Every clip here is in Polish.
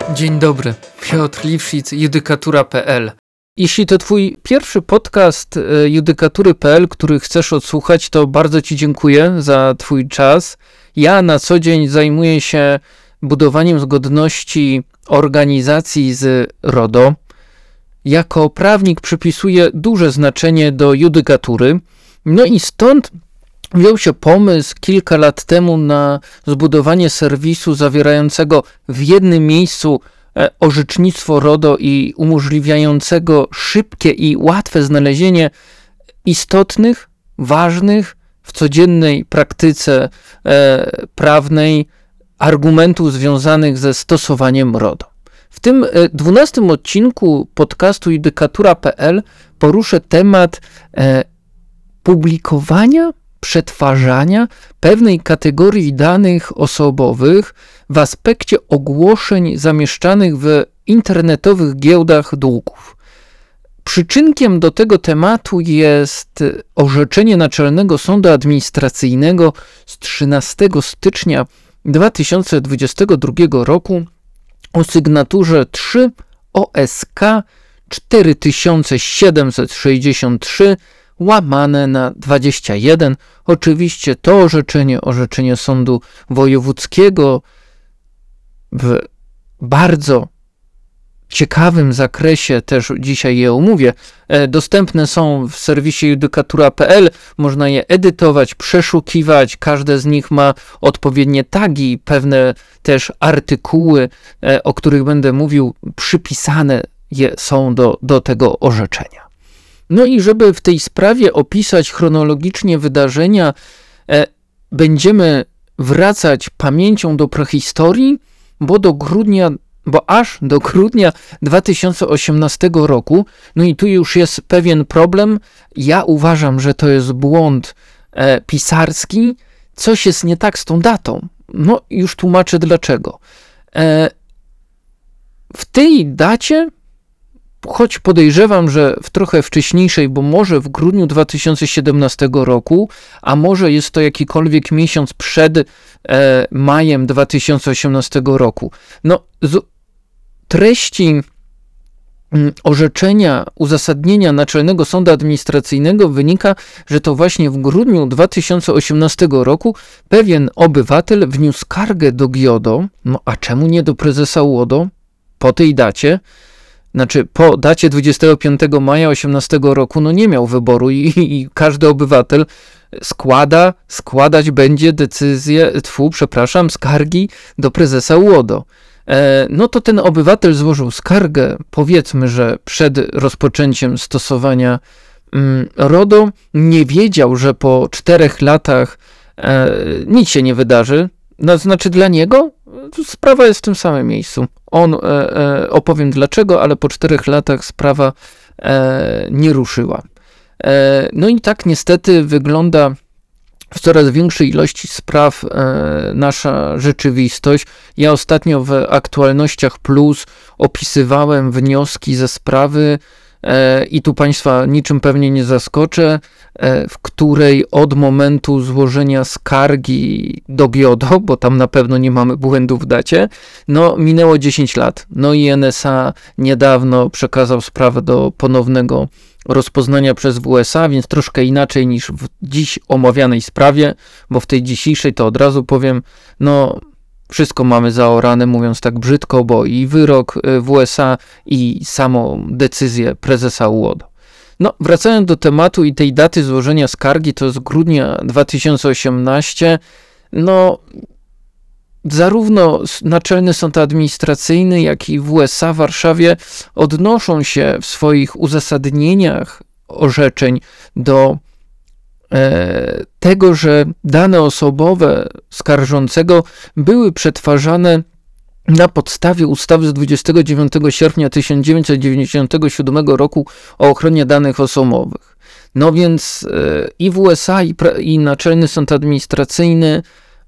Dzień dobry, Piotr Liwszyc, judykatura.pl. Jeśli to twój pierwszy podcast judykatury.pl, który chcesz odsłuchać, to bardzo ci dziękuję za twój czas. Ja na co dzień zajmuję się budowaniem zgodności organizacji z RODO. Jako prawnik przypisuję duże znaczenie do judykatury. No i stąd wziął się pomysł kilka lat temu na zbudowanie serwisu zawierającego w jednym miejscu orzecznictwo RODO i umożliwiającego szybkie i łatwe znalezienie istotnych, ważnych w codziennej praktyce prawnej argumentów związanych ze stosowaniem RODO. W tym 12 odcinku podcastu judykatura.pl poruszę temat publikowania, przetwarzania pewnej kategorii danych osobowych w aspekcie ogłoszeń zamieszczanych w internetowych giełdach długów. Przyczynkiem do tego tematu jest orzeczenie Naczelnego Sądu Administracyjnego z 13 stycznia 2022 roku o sygnaturze 3 OSK 4763 łamane na 21. Oczywiście to orzeczenie Sądu Wojewódzkiego w bardzo ciekawym zakresie, też dzisiaj je omówię, dostępne są w serwisie judykatura.pl, można je edytować, przeszukiwać, każde z nich ma odpowiednie tagi, pewne też artykuły, o których będę mówił, przypisane są do tego orzeczenia. No i żeby w tej sprawie opisać chronologicznie wydarzenia, będziemy wracać pamięcią do prehistorii, bo aż do grudnia 2018 roku. No i tu już jest pewien problem. Ja uważam, że to jest błąd pisarski. Coś jest nie tak z tą datą. No już tłumaczę dlaczego. W tej dacie, choć podejrzewam, że w trochę wcześniejszej, bo może w grudniu 2017 roku, a może jest to jakikolwiek miesiąc przed majem 2018 roku. No, z treści orzeczenia, uzasadnienia Naczelnego Sądu Administracyjnego wynika, że to właśnie w grudniu 2018 roku pewien obywatel wniósł skargę do GIODO, no a czemu nie do prezesa UODO po tej dacie? Znaczy po dacie 25 maja 2018 roku no nie miał wyboru i każdy obywatel składać będzie skargi do prezesa UODO. No to ten obywatel złożył skargę, powiedzmy, że przed rozpoczęciem stosowania RODO, nie wiedział, że po 4 latach nic się nie wydarzy. No, znaczy dla niego sprawa jest w tym samym miejscu. Opowiem dlaczego, ale po 4 latach sprawa nie ruszyła. No i tak niestety wygląda w coraz większej ilości spraw nasza rzeczywistość. Ja ostatnio w Aktualnościach Plus opisywałem wnioski ze sprawy i tu Państwa niczym pewnie nie zaskoczę, w której od momentu złożenia skargi do GIODO, bo tam na pewno nie mamy błędu w dacie, no minęło 10 lat. No i NSA niedawno przekazał sprawę do ponownego rozpoznania przez WSA, więc troszkę inaczej niż w dziś omawianej sprawie, bo w tej dzisiejszej to od razu powiem, no wszystko mamy zaorane, mówiąc tak brzydko, bo i wyrok WSA i samą decyzję prezesa UODO. No, wracając do tematu i tej daty złożenia skargi, to jest grudnia 2018, no zarówno Naczelny Sąd Administracyjny, jak i WSA w Warszawie odnoszą się w swoich uzasadnieniach orzeczeń do tego, że dane osobowe skarżącego były przetwarzane na podstawie ustawy z 29 sierpnia 1997 roku o ochronie danych osobowych. No więc i WSA, i Naczelny Sąd Administracyjny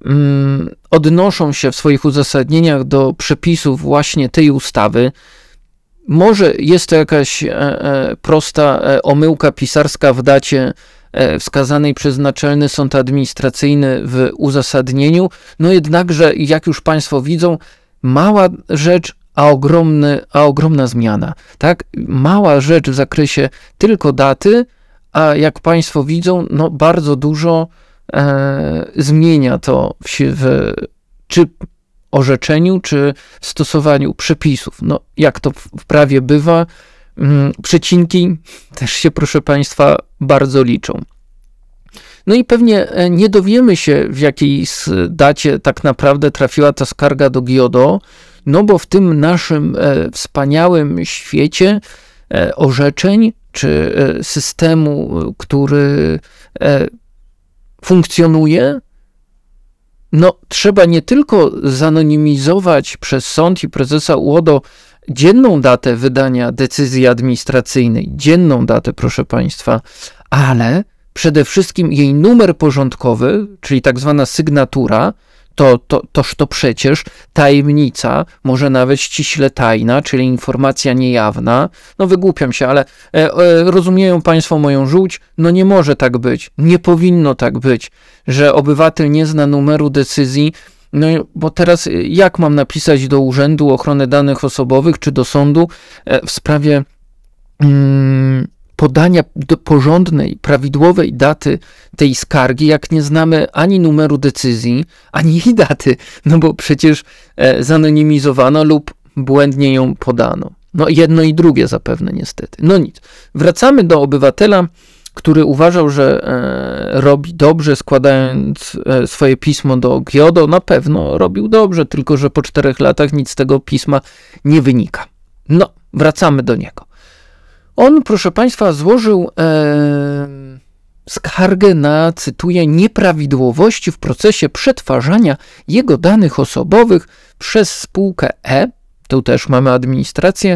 odnoszą się w swoich uzasadnieniach do przepisów właśnie tej ustawy. Może jest to jakaś prosta omyłka pisarska w dacie wskazanej przez Naczelny Sąd Administracyjny w uzasadnieniu, no jednakże, jak już Państwo widzą, mała rzecz, a ogromna zmiana. Tak? Mała rzecz w zakresie tylko daty, a jak Państwo widzą, no bardzo dużo zmienia to czy orzeczeniu, czy w stosowaniu przepisów. No, jak to w prawie bywa, przecinki też się, proszę Państwa, bardzo liczą. No i pewnie nie dowiemy się, w jakiej dacie tak naprawdę trafiła ta skarga do GIODO, no bo w tym naszym wspaniałym świecie orzeczeń, czy systemu, który funkcjonuje, no trzeba nie tylko zanonimizować przez sąd i prezesa UODO dzienną datę wydania decyzji administracyjnej, dzienną datę, proszę Państwa, ale przede wszystkim jej numer porządkowy, czyli tak zwana sygnatura, to przecież tajemnica, może nawet ściśle tajna, czyli informacja niejawna. No wygłupiam się, ale rozumieją Państwo moją żółć? No nie może tak być, nie powinno tak być, że obywatel nie zna numeru decyzji. No bo teraz jak mam napisać do Urzędu Ochrony Danych Osobowych czy do sądu w sprawie podania do porządnej, prawidłowej daty tej skargi, jak nie znamy ani numeru decyzji, ani jej daty, no bo przecież zanonimizowano lub błędnie ją podano. No jedno i drugie zapewne niestety. No nic. Wracamy do obywatela, który uważał, że robi dobrze, składając swoje pismo do GIODO. Na pewno robił dobrze, tylko że po 4 latach nic z tego pisma nie wynika. No, wracamy do niego. On, proszę Państwa, złożył skargę na, cytuję, nieprawidłowości w procesie przetwarzania jego danych osobowych przez spółkę tu też mamy administrację,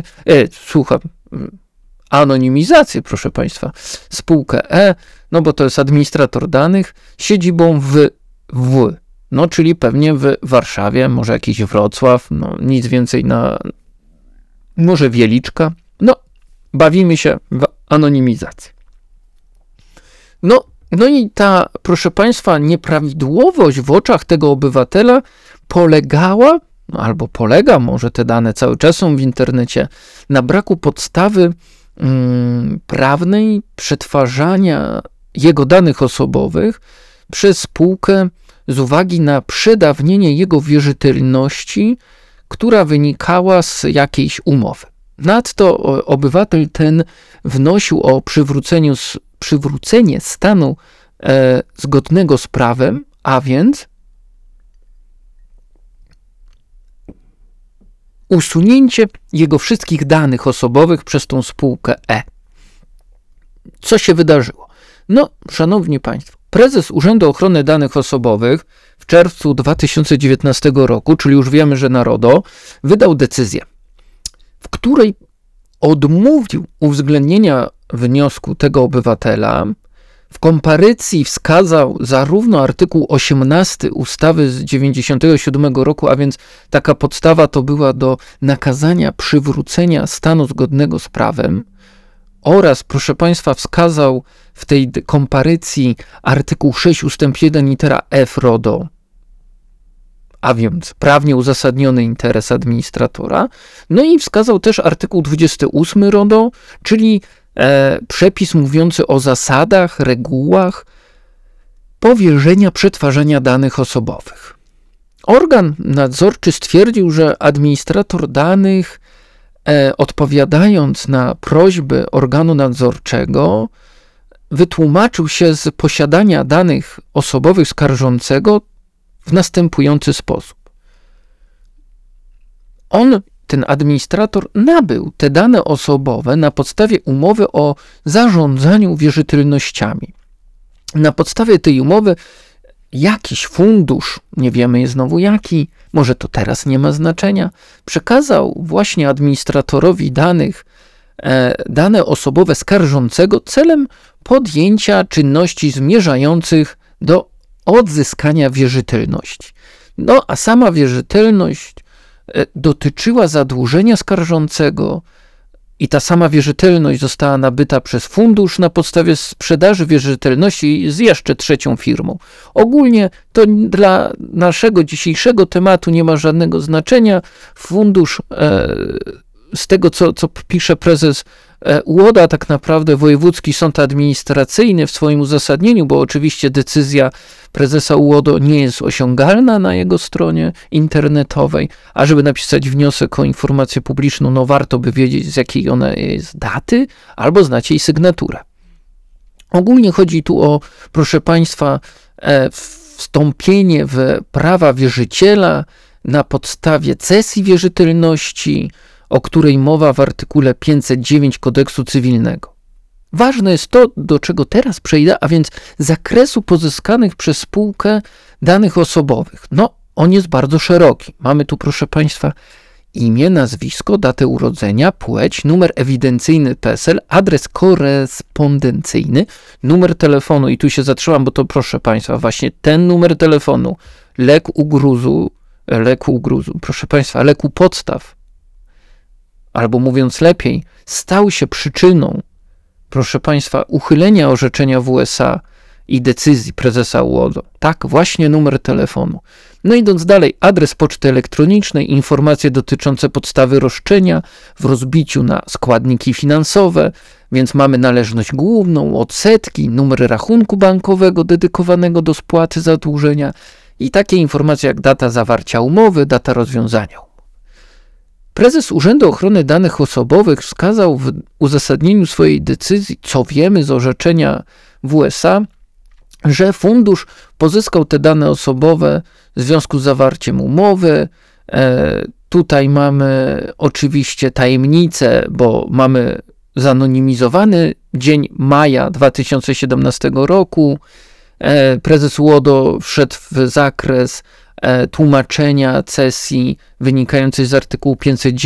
anonimizację, proszę Państwa, spółkę no bo to jest administrator danych, siedzibą no czyli pewnie w Warszawie, może jakiś Wrocław, no nic więcej może Wieliczka, no bawimy się w anonimizację. No i ta, proszę Państwa, nieprawidłowość w oczach tego obywatela polegała, albo polega, może te dane cały czas są w internecie, na braku podstawy prawnej przetwarzania jego danych osobowych przez spółkę z uwagi na przedawnienie jego wierzytelności, która wynikała z jakiejś umowy. Nadto obywatel ten wnosił o przywrócenie stanu zgodnego z prawem, a więc usunięcie jego wszystkich danych osobowych przez tą spółkę Co się wydarzyło? No, szanowni Państwo, prezes Urzędu Ochrony Danych Osobowych w czerwcu 2019 roku, czyli już wiemy, że na RODO, wydał decyzję, w której odmówił uwzględnienia wniosku tego obywatela. W komparycji wskazał zarówno artykuł 18 ustawy z 1997 roku, a więc taka podstawa to była do nakazania przywrócenia stanu zgodnego z prawem, oraz, proszę Państwa, wskazał w tej komparycji artykuł 6 ustęp 1 litera F RODO, a więc prawnie uzasadniony interes administratora. No i wskazał też artykuł 28 RODO, czyli przepis mówiący o zasadach, regułach powierzenia przetwarzania danych osobowych. Organ nadzorczy stwierdził, że administrator danych, odpowiadając na prośby organu nadzorczego, wytłumaczył się z posiadania danych osobowych skarżącego w następujący sposób. Ten administrator nabył te dane osobowe na podstawie umowy o zarządzaniu wierzytelnościami. Na podstawie tej umowy jakiś fundusz, nie wiemy znowu jaki, może to teraz nie ma znaczenia, przekazał właśnie administratorowi danych dane osobowe skarżącego celem podjęcia czynności zmierzających do odzyskania wierzytelności. No a sama wierzytelność dotyczyła zadłużenia skarżącego i ta sama wierzytelność została nabyta przez fundusz na podstawie sprzedaży wierzytelności z jeszcze trzecią firmą. Ogólnie to dla naszego dzisiejszego tematu nie ma żadnego znaczenia. Fundusz, z tego co pisze prezes UODO, tak naprawdę Wojewódzki Sąd Administracyjny w swoim uzasadnieniu, bo oczywiście decyzja prezesa UODO nie jest osiągalna na jego stronie internetowej, a żeby napisać wniosek o informację publiczną, no warto by wiedzieć, z jakiej ona jest daty, albo znać jej sygnaturę. Ogólnie chodzi tu o, proszę Państwa, wstąpienie w prawa wierzyciela na podstawie cesji wierzytelności, o której mowa w artykule 509 Kodeksu Cywilnego. Ważne jest to, do czego teraz przejdę, a więc zakresu pozyskanych przez spółkę danych osobowych. No, on jest bardzo szeroki. Mamy tu, proszę Państwa, imię, nazwisko, datę urodzenia, płeć, numer ewidencyjny PESEL, adres korespondencyjny, numer telefonu, i tu się zatrzymam, bo to, proszę Państwa, właśnie ten numer telefonu, lek u gruzu, proszę Państwa, lek u podstaw, albo mówiąc lepiej, stał się przyczyną, proszę Państwa, uchylenia orzeczenia WSA i decyzji prezesa UODO. Tak, właśnie numer telefonu. No idąc dalej, adres poczty elektronicznej, informacje dotyczące podstawy roszczenia w rozbiciu na składniki finansowe, więc mamy należność główną, odsetki, numer rachunku bankowego dedykowanego do spłaty zadłużenia i takie informacje jak data zawarcia umowy, data rozwiązania umowy. Prezes Urzędu Ochrony Danych Osobowych wskazał w uzasadnieniu swojej decyzji, co wiemy z orzeczenia WSA, że fundusz pozyskał te dane osobowe w związku z zawarciem umowy. Tutaj mamy oczywiście tajemnicę, bo mamy zanonimizowany dzień maja 2017 roku. Prezes UODO wszedł w zakres tłumaczenia cesji wynikającej z artykułu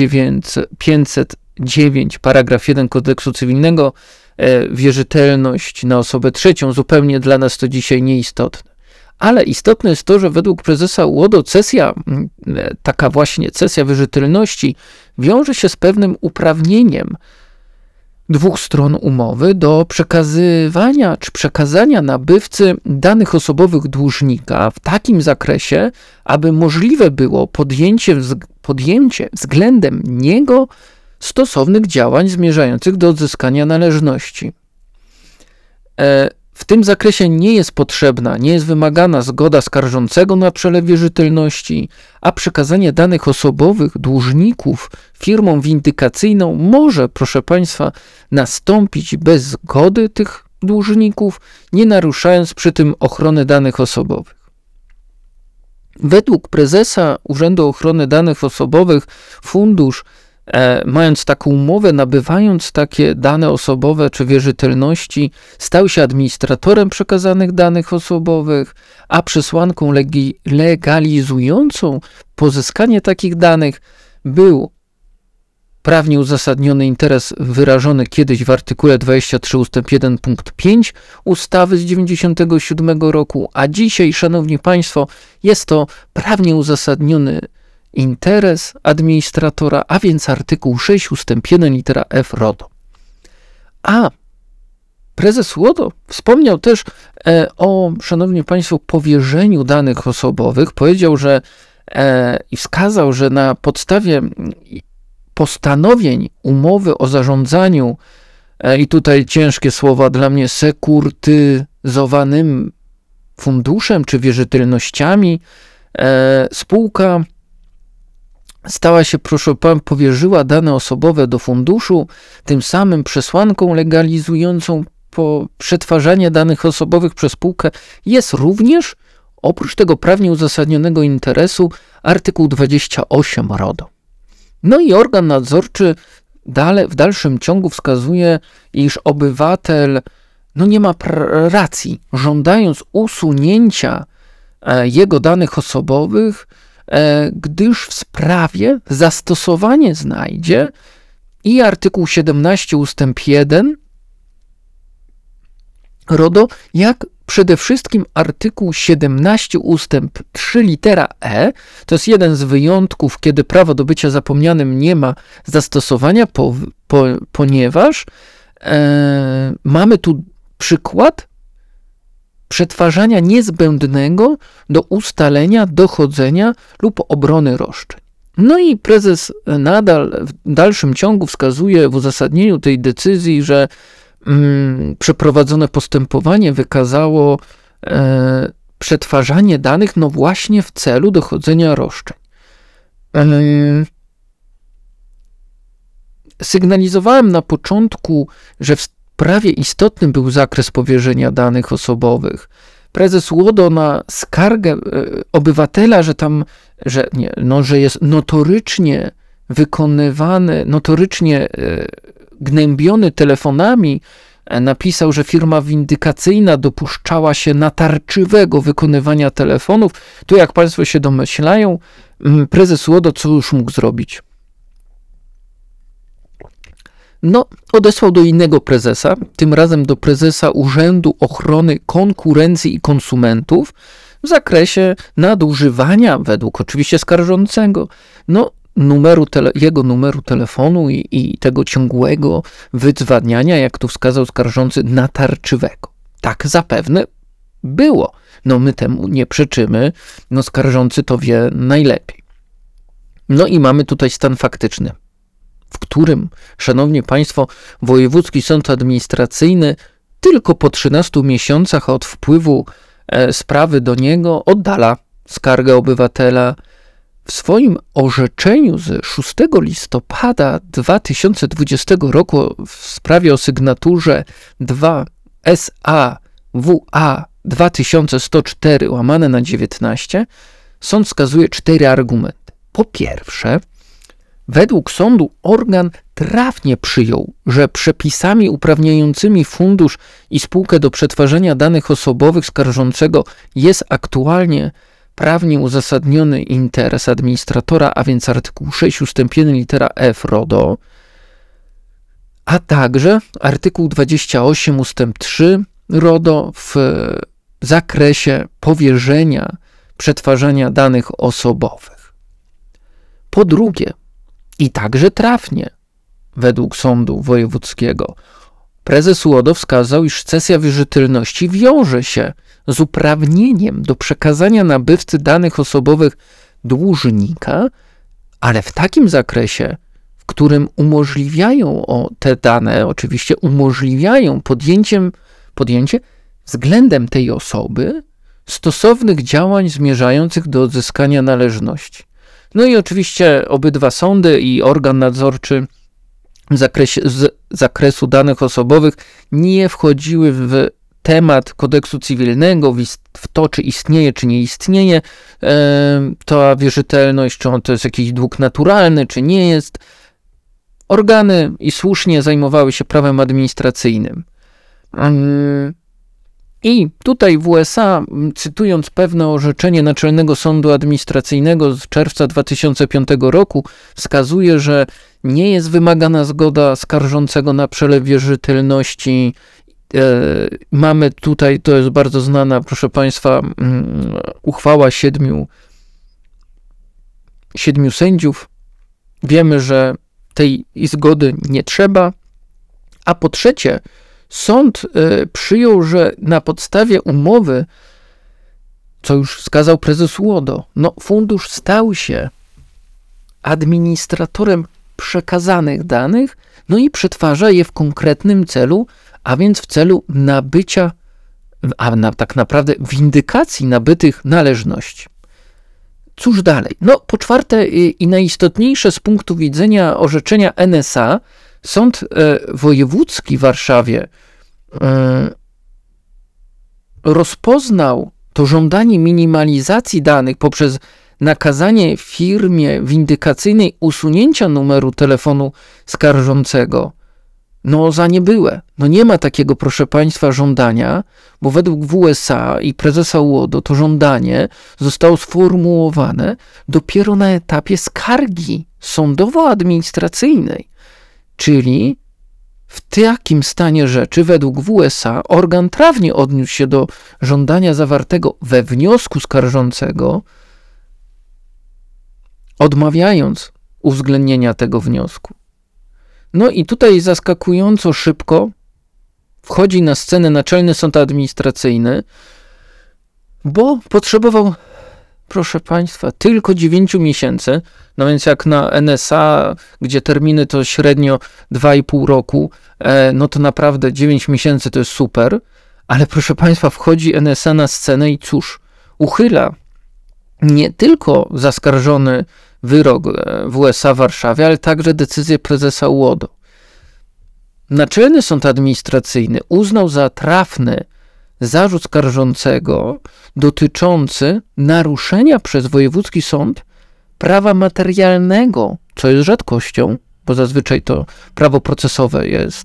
509 paragraf 1 Kodeksu Cywilnego. Wierzytelność na osobę trzecią, zupełnie dla nas to dzisiaj nieistotne. Ale istotne jest to, że według prezesa UODO taka właśnie cesja wierzytelności wiąże się z pewnym uprawnieniem dwóch stron umowy do przekazywania czy przekazania nabywcy danych osobowych dłużnika w takim zakresie, aby możliwe było podjęcie względem niego stosownych działań zmierzających do odzyskania należności. W tym zakresie nie jest wymagana zgoda skarżącego na przelew wierzytelności, a przekazanie danych osobowych dłużników firmą windykacyjną może, proszę Państwa, nastąpić bez zgody tych dłużników, nie naruszając przy tym ochrony danych osobowych. Według prezesa Urzędu Ochrony Danych Osobowych fundusz, mając taką umowę, nabywając takie dane osobowe czy wierzytelności, stał się administratorem przekazanych danych osobowych, a przesłanką legalizującą pozyskanie takich danych był prawnie uzasadniony interes wyrażony kiedyś w artykule 23 ust. 1 punkt 5 ustawy z 1997 roku, a dzisiaj, szanowni Państwo, jest to prawnie uzasadniony interes administratora, a więc artykuł 6 ust. 1 litera F RODO. A prezes UODO wspomniał też o, szanowni Państwo, powierzeniu danych osobowych. Powiedział, że i wskazał, że na podstawie postanowień umowy o zarządzaniu, i tutaj ciężkie słowa dla mnie, sekurtyzowanym funduszem czy wierzytelnościami, spółka stała się, proszę Pan, powierzyła dane osobowe do funduszu, tym samym przesłanką legalizującą przetwarzanie danych osobowych przez spółkę jest również, oprócz tego prawnie uzasadnionego interesu, artykuł 28 RODO. No i organ nadzorczy w dalszym ciągu wskazuje, iż obywatel nie ma racji, żądając usunięcia jego danych osobowych, gdyż w sprawie zastosowanie znajdzie i artykuł 17 ustęp 1 RODO, jak przede wszystkim artykuł 17 ustęp 3 litera e, to jest jeden z wyjątków, kiedy prawo do bycia zapomnianym nie ma zastosowania, ponieważ mamy tu przykład przetwarzania niezbędnego do ustalenia, dochodzenia lub obrony roszczeń. No i prezes nadal w dalszym ciągu wskazuje w uzasadnieniu tej decyzji, że przeprowadzone postępowanie wykazało przetwarzanie danych no właśnie w celu dochodzenia roszczeń. Sygnalizowałem na początku, że w sprawie istotny był zakres powierzenia danych osobowych. Prezes Łodo na skargę obywatela, że jest notorycznie wykonywany, notorycznie gnębiony telefonami, napisał, że firma windykacyjna dopuszczała się natarczywego wykonywania telefonów. Tu, jak Państwo się domyślają, prezes Łodo co już mógł zrobić? No, odesłał do innego prezesa, tym razem do prezesa Urzędu Ochrony Konkurencji i Konsumentów w zakresie nadużywania, według oczywiście skarżącego, jego numeru telefonu i tego ciągłego wydzwaniania, jak tu wskazał skarżący, natarczywego. Tak zapewne było. My temu nie przeczymy, skarżący to wie najlepiej. I mamy tutaj stan faktyczny, w którym, szanowni państwo, wojewódzki sąd administracyjny tylko po 13 miesiącach od wpływu sprawy do niego oddala skargę obywatela. W swoim orzeczeniu z 6 listopada 2020 roku w sprawie o sygnaturze 2 SAWA 2104/19 sąd wskazuje 4 argumenty. Po pierwsze, według sądu organ trafnie przyjął, że przepisami uprawniającymi fundusz i spółkę do przetwarzania danych osobowych skarżącego jest aktualnie prawnie uzasadniony interes administratora, a więc artykuł 6 ust. 1 litera f RODO, a także artykuł 28 ust. 3 RODO w zakresie powierzenia przetwarzania danych osobowych. Po drugie, i także trafnie, według sądu wojewódzkiego, prezes Łodo wskazał, iż cesja wierzytelności wiąże się z uprawnieniem do przekazania nabywcy danych osobowych dłużnika, ale w takim zakresie, w którym te dane oczywiście umożliwiają podjęcie względem tej osoby stosownych działań zmierzających do odzyskania należności. I oczywiście obydwa sądy i organ nadzorczy z zakresu danych osobowych nie wchodziły w temat kodeksu cywilnego, w to, czy istnieje, czy nie istnieje ta wierzytelność, czy to jest jakiś dług naturalny, czy nie jest. Organy i słusznie zajmowały się prawem administracyjnym. I tutaj w USA, cytując pewne orzeczenie Naczelnego Sądu Administracyjnego z czerwca 2005 roku, wskazuje, że nie jest wymagana zgoda skarżącego na przelew wierzytelności. Mamy tutaj, to jest bardzo znana, proszę Państwa, uchwała 7 sędziów. Wiemy, że tej zgody nie trzeba. A po trzecie, sąd przyjął, że na podstawie umowy, co już wskazał prezes Łodo, fundusz stał się administratorem przekazanych danych, i przetwarza je w konkretnym celu, a więc w celu nabycia, tak naprawdę windykacji nabytych należności. Cóż dalej? Po czwarte i najistotniejsze z punktu widzenia orzeczenia NSA, Sąd Wojewódzki w Warszawie rozpoznał to żądanie minimalizacji danych poprzez nakazanie firmie windykacyjnej usunięcia numeru telefonu skarżącego za niebyłe. Nie ma takiego, proszę Państwa, żądania, bo według WSA i prezesa Łodo to żądanie zostało sformułowane dopiero na etapie skargi sądowo-administracyjnej. Czyli w takim stanie rzeczy, według WSA, organ prawnie odniósł się do żądania zawartego we wniosku skarżącego, odmawiając uwzględnienia tego wniosku. No i tutaj zaskakująco szybko wchodzi na scenę Naczelny Sąd Administracyjny, bo potrzebował, proszę Państwa, tylko 9 miesięcy, no więc jak na NSA, gdzie terminy to średnio 2,5 roku, no to naprawdę 9 miesięcy to jest super, ale proszę Państwa, wchodzi NSA na scenę i cóż, uchyla nie tylko zaskarżony wyrok WSA w Warszawie, ale także decyzję prezesa UODO. Naczelny Sąd Administracyjny uznał za trafny zarzut skarżącego dotyczący naruszenia przez wojewódzki sąd prawa materialnego, co jest rzadkością, bo zazwyczaj to prawo procesowe jest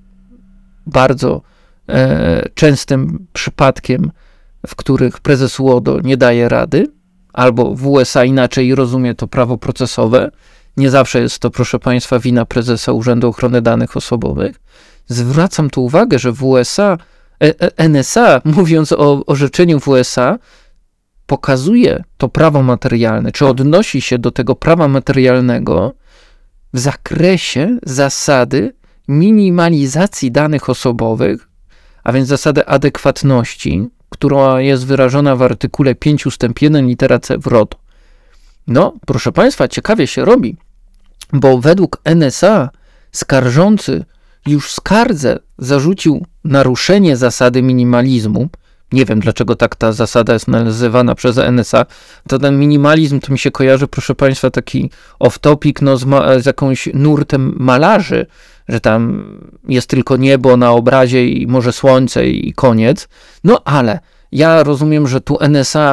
bardzo częstym przypadkiem, w których prezes UODO nie daje rady, albo w USA inaczej rozumie to prawo procesowe. Nie zawsze jest to, proszę Państwa, wina prezesa Urzędu Ochrony Danych Osobowych. Zwracam tu uwagę, że w USA, NSA, mówiąc o orzeczeniu w USA, pokazuje to prawo materialne, czy odnosi się do tego prawa materialnego w zakresie zasady minimalizacji danych osobowych, a więc zasady adekwatności, która jest wyrażona w artykule 5 ust. 1 litera C w RODO. No, proszę Państwa, ciekawie się robi, bo według NSA skarżący już w skardze zarzucił naruszenie zasady minimalizmu. Nie wiem, dlaczego tak ta zasada jest nazywana przez NSA. To ten minimalizm to mi się kojarzy, proszę Państwa, taki off-topic, no, z jakąś nurtem malarzy, że tam jest tylko niebo na obrazie i może słońce i koniec. No ale ja rozumiem, że tu NSA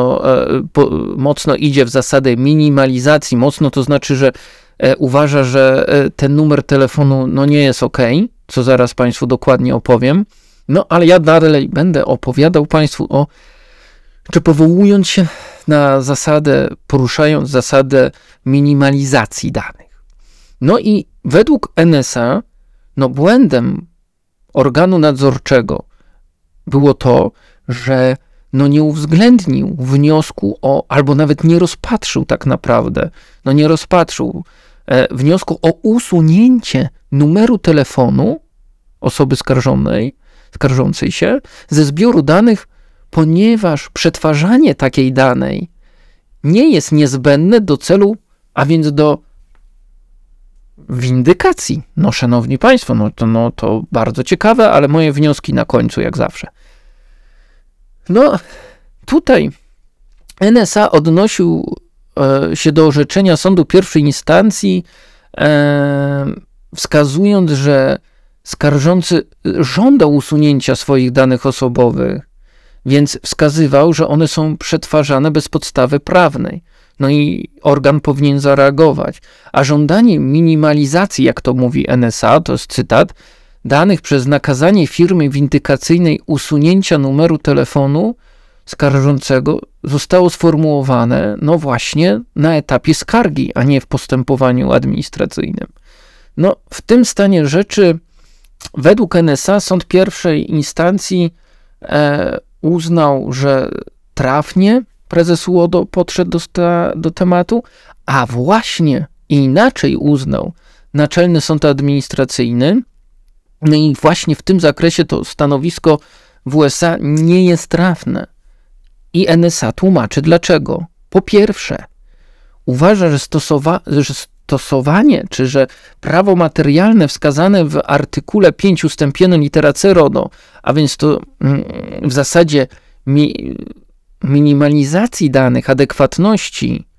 mocno idzie w zasadę minimalizacji. Mocno to znaczy, że uważa, że ten numer telefonu no nie jest ok, co zaraz Państwu dokładnie opowiem. No ale ja dalej będę opowiadał Państwu czy powołując się na zasadę, poruszając zasadę minimalizacji danych. No i według NSA, no błędem organu nadzorczego było to, że no nie uwzględnił wniosku albo nawet nie rozpatrzył tak naprawdę, nie rozpatrzył wniosku o usunięcie numeru telefonu osoby skarżącej się ze zbioru danych, ponieważ przetwarzanie takiej danej nie jest niezbędne do celu, a więc do windykacji. No, szanowni Państwo, to bardzo ciekawe, ale moje wnioski na końcu, jak zawsze. No, tutaj NSA odnosił się do orzeczenia sądu pierwszej instancji, wskazując, że skarżący żądał usunięcia swoich danych osobowych, więc wskazywał, że one są przetwarzane bez podstawy prawnej. No i organ powinien zareagować. A żądanie minimalizacji, jak to mówi NSA, to jest cytat, danych przez nakazanie firmy windykacyjnej usunięcia numeru telefonu skarżącego zostało sformułowane, no właśnie, na etapie skargi, a nie w postępowaniu administracyjnym. No, w tym stanie rzeczy, według NSA sąd pierwszej instancji uznał, że trafnie prezes UODO podszedł do tematu, a właśnie inaczej uznał Naczelny Sąd Administracyjny. No i właśnie w tym zakresie to stanowisko WSA nie jest trafne. I NSA tłumaczy dlaczego. Po pierwsze, uważa, że stosowanie, czy że prawo materialne wskazane w artykule 5 ust. 1 litera C RODO, a więc to w zasadzie minimalizacji danych, adekwatności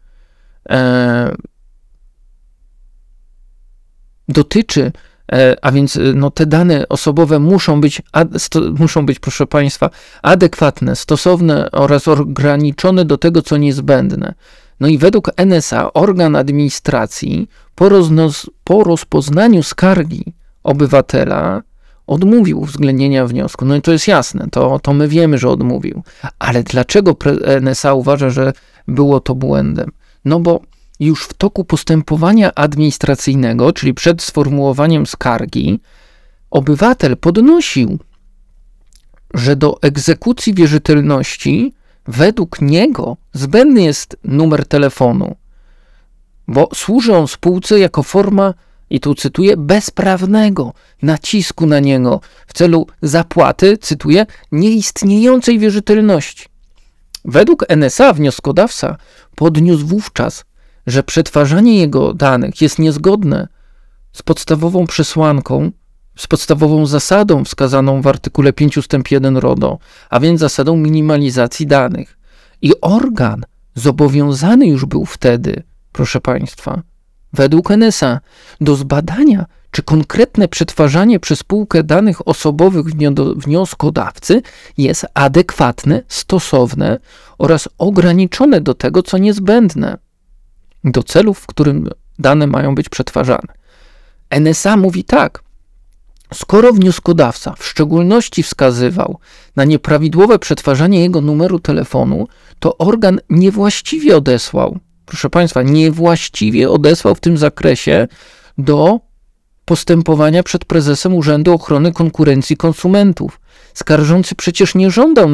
dotyczy, a więc te dane osobowe muszą być, proszę Państwa, adekwatne, stosowne oraz ograniczone do tego, co niezbędne. No i według NSA organ administracji po rozpoznaniu skargi obywatela odmówił uwzględnienia wniosku. No i to jest jasne, to my wiemy, że odmówił. Ale dlaczego NSA uważa, że było to błędem? No bo już w toku postępowania administracyjnego, czyli przed sformułowaniem skargi, obywatel podnosił, że do egzekucji wierzytelności według niego zbędny jest numer telefonu, bo służy on spółce jako forma, i tu cytuję, bezprawnego nacisku na niego w celu zapłaty, cytuję, nieistniejącej wierzytelności. Według NSA wnioskodawca podniósł wówczas, że przetwarzanie jego danych jest niezgodne z podstawową przesłanką, z podstawową zasadą wskazaną w artykule 5 ust. 1 RODO, a więc zasadą minimalizacji danych. I organ zobowiązany już był wtedy, proszę Państwa, według NSA, do zbadania, czy konkretne przetwarzanie przez spółkę danych osobowych wnioskodawcy jest adekwatne, stosowne oraz ograniczone do tego, co niezbędne do celów, w którym dane mają być przetwarzane. NSA mówi tak: skoro wnioskodawca w szczególności wskazywał na nieprawidłowe przetwarzanie jego numeru telefonu, to organ niewłaściwie odesłał, proszę Państwa, niewłaściwie odesłał w tym zakresie do postępowania przed prezesem Urzędu Ochrony Konkurencji i Konsumentów. Skarżący przecież nie żądał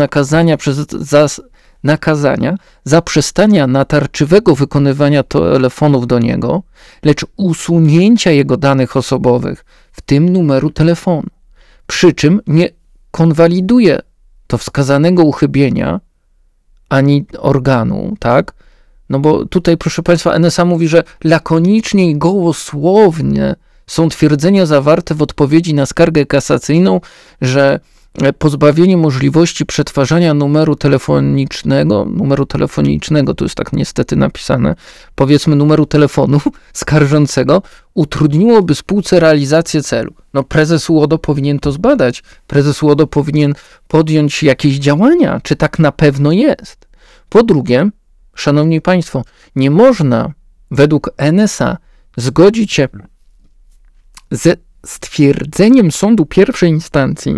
nakazania zaprzestania natarczywego wykonywania telefonów do niego, lecz usunięcia jego danych osobowych, w tym numeru telefonu. Przy czym nie konwaliduje to wskazanego uchybienia ani organu, tak? No bo tutaj, proszę Państwa, NSA mówi, że lakonicznie i gołosłownie są twierdzenia zawarte w odpowiedzi na skargę kasacyjną, że pozbawienie możliwości przetwarzania numeru telefonicznego, to jest tak niestety napisane, powiedzmy numeru telefonu skarżącego, utrudniłoby spółce realizację celu. No prezes UODO powinien to zbadać, prezes UODO powinien podjąć jakieś działania, czy tak na pewno jest. Po drugie, Szanowni Państwo, nie można według NSA zgodzić się ze stwierdzeniem sądu pierwszej instancji,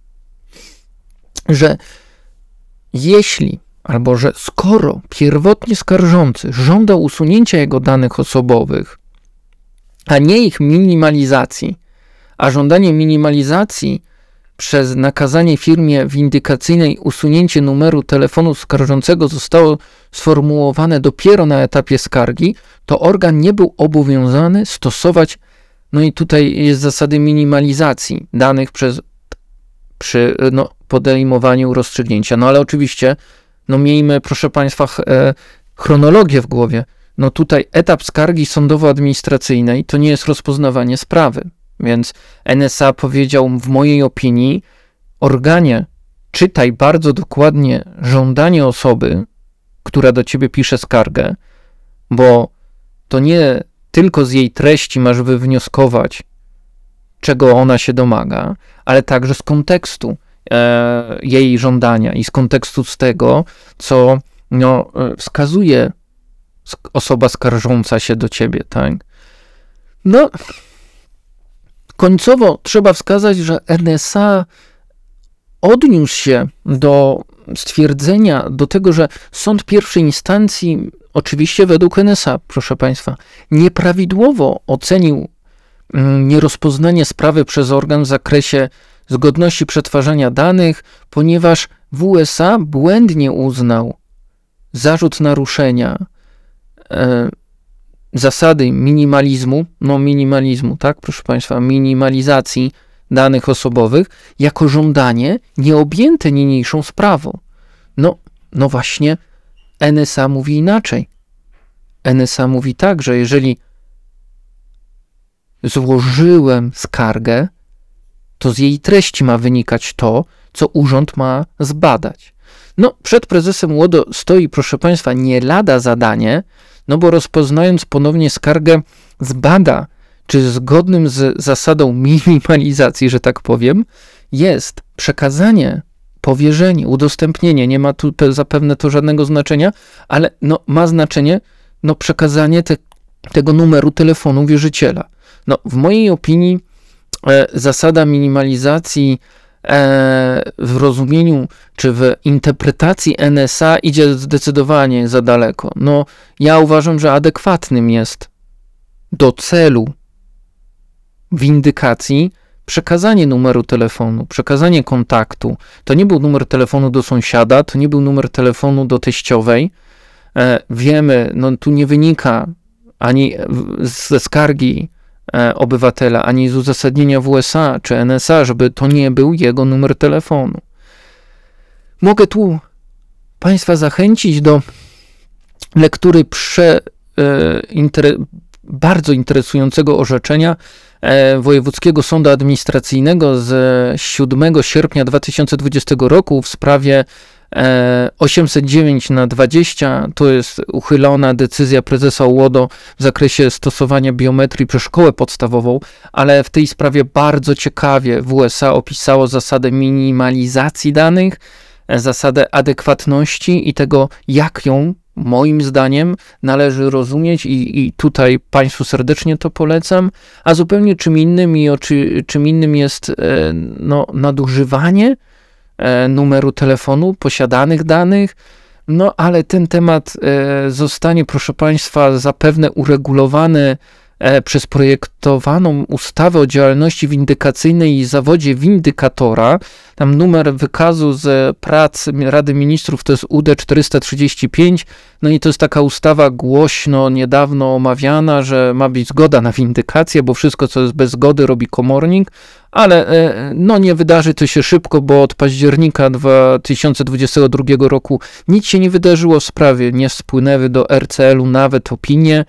że jeśli, albo że skoro pierwotnie skarżący żądał usunięcia jego danych osobowych, a nie ich minimalizacji, a żądanie minimalizacji przez nakazanie firmie windykacyjnej usunięcie numeru telefonu skarżącego zostało sformułowane dopiero na etapie skargi, to organ nie był obowiązany stosować, no i tutaj jest zasady minimalizacji danych przy podejmowaniu rozstrzygnięcia. No ale oczywiście, no miejmy, proszę Państwa, chronologię w głowie. No tutaj etap skargi sądowo-administracyjnej to nie jest rozpoznawanie sprawy. Więc NSA powiedział, w mojej opinii, organie, czytaj bardzo dokładnie żądanie osoby, która do ciebie pisze skargę, bo to nie tylko z jej treści masz wywnioskować, czego ona się domaga, ale także z kontekstu jej żądania i z kontekstu z tego, co wskazuje osoba skarżąca się do ciebie, tak? No, końcowo trzeba wskazać, że NSA odniósł się do stwierdzenia, do tego, że sąd pierwszej instancji, oczywiście według NSA, proszę Państwa, nieprawidłowo ocenił nierozpoznanie sprawy przez organ w zakresie zgodności przetwarzania danych, ponieważ w USA błędnie uznał zarzut naruszenia zasady minimalizmu, tak, proszę Państwa, minimalizacji danych osobowych jako żądanie nieobjęte niniejszą sprawą. No właśnie, NSA mówi inaczej. NSA mówi tak, że jeżeli złożyłem skargę, to z jej treści ma wynikać to, co urząd ma zbadać. No, przed prezesem UODO stoi, proszę Państwa, nie lada zadanie, no bo rozpoznając ponownie skargę, zbada, czy zgodnym z zasadą minimalizacji, że tak powiem, jest przekazanie, powierzenie, udostępnienie, nie ma tu zapewne to żadnego znaczenia, ale ma znaczenie przekazanie tego numeru telefonu wierzyciela. W mojej opinii zasada minimalizacji w rozumieniu czy w interpretacji NSA idzie zdecydowanie za daleko. Ja uważam, że adekwatnym jest do celu windykacji przekazanie numeru telefonu, przekazanie kontaktu. To nie był numer telefonu do sąsiada, to nie był numer telefonu do teściowej. Wiemy, no tu nie wynika ani ze skargi obywatela, ani z uzasadnienia WSA czy NSA, żeby to nie był jego numer telefonu. Mogę tu Państwa zachęcić do lektury bardzo interesującego orzeczenia Wojewódzkiego Sądu Administracyjnego z 7 sierpnia 2020 roku w sprawie 809/20. To jest uchylona decyzja prezesa UODO w zakresie stosowania biometrii przez szkołę podstawową, ale w tej sprawie bardzo ciekawie WSA opisało zasadę minimalizacji danych, zasadę adekwatności i tego, jak ją moim zdaniem należy rozumieć i tutaj Państwu serdecznie to polecam, a zupełnie czym innym jest nadużywanie numeru telefonu, posiadanych danych, no ale ten temat zostanie, proszę Państwa, zapewne uregulowany przez projektowaną ustawę o działalności windykacyjnej i zawodzie windykatora. Tam numer wykazu z prac Rady Ministrów to jest UD 435, no i to jest taka ustawa głośno, niedawno omawiana, że ma być zgoda na windykację, bo wszystko, co jest bez zgody, robi komornik, ale no nie wydarzy to się szybko, bo od października 2022 roku nic się nie wydarzyło w sprawie, nie spłynęły do RCL-u nawet opinie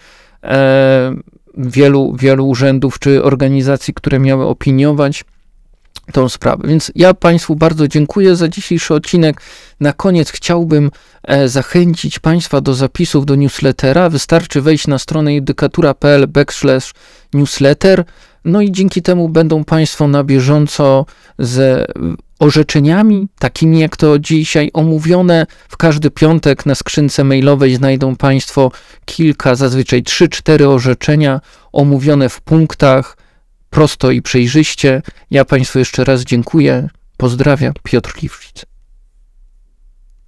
wielu urzędów czy organizacji, które miały opiniować tą sprawę. Więc ja Państwu bardzo dziękuję za dzisiejszy odcinek. Na koniec chciałbym zachęcić Państwa do zapisów do newslettera. Wystarczy wejść na stronę judykatura.pl/newsletter. No i dzięki temu będą Państwo na bieżąco z orzeczeniami, takimi jak to dzisiaj omówione. W każdy piątek na skrzynce mailowej znajdą Państwo kilka, zazwyczaj 3-4 orzeczenia omówione w punktach, prosto i przejrzyście. Ja Państwu jeszcze raz dziękuję. Pozdrawiam, Piotr Liwczyc.